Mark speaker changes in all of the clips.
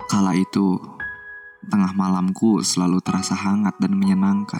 Speaker 1: Kala itu, tengah malamku selalu terasa hangat dan menyenangkan.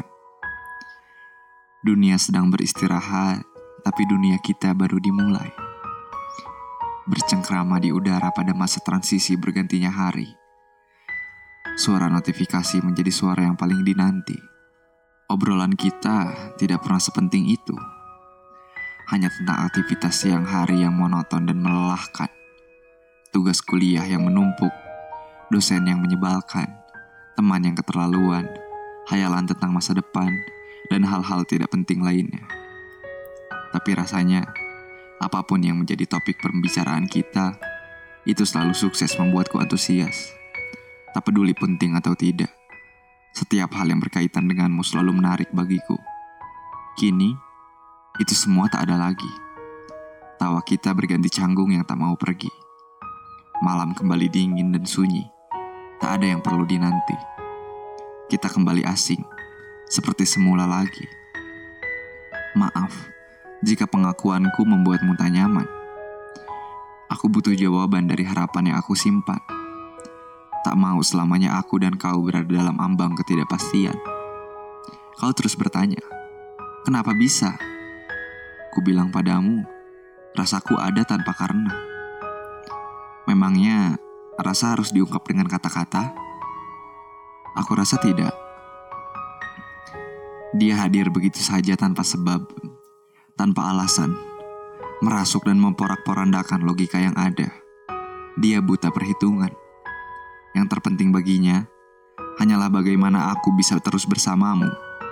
Speaker 1: Dunia sedang beristirahat, tapi dunia kita baru dimulai. Bercengkrama di udara pada masa transisi bergantinya hari. Suara notifikasi menjadi suara yang paling dinanti. Obrolan kita tidak pernah sepenting itu. Hanya tentang aktivitas siang hari yang monoton dan melelahkan. Tugas kuliah yang menumpuk, dosen yang menyebalkan, teman yang keterlaluan, hayalan tentang masa depan, dan hal-hal tidak penting lainnya. Tapi rasanya, apapun yang menjadi topik pembicaraan kita, itu selalu sukses membuatku antusias. Tak peduli penting atau tidak, setiap hal yang berkaitan denganmu selalu menarik bagiku. Kini, itu semua tak ada lagi. Tawa kita berganti canggung yang tak mau pergi. Malam kembali dingin dan sunyi. Tak ada yang perlu dinanti. Kita kembali asing, seperti semula lagi. Maaf, jika pengakuanku membuatmu tak nyaman. Aku butuh jawaban dari harapan yang aku simpan. Tak mau selamanya aku dan kau berada dalam ambang ketidakpastian. Kau terus bertanya, kenapa bisa? Ku bilang padamu, rasaku ada tanpa karena. Memangnya rasa harus diungkap dengan kata-kata? Aku rasa tidak. Dia hadir begitu saja tanpa sebab, tanpa alasan, merasuk dan memporak-porandakan logika yang ada. Dia buta perhitungan. Yang terpenting baginya hanyalah bagaimana aku bisa terus bersamamu.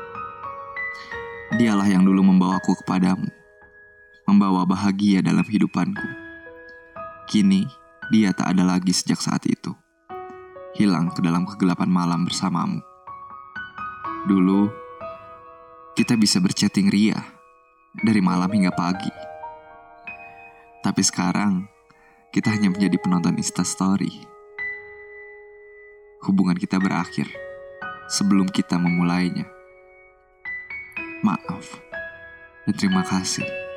Speaker 1: Dialah yang dulu membawaku kepadamu, membawa bahagia dalam hidupanku. Kini, dia tak ada lagi sejak saat itu. Hilang ke dalam kegelapan malam bersamamu. Dulu, kita bisa berchatting ria dari malam hingga pagi. Tapi sekarang, kita hanya menjadi penonton Instastory. Hubungan kita berakhir sebelum kita memulainya. Maaf dan terima kasih.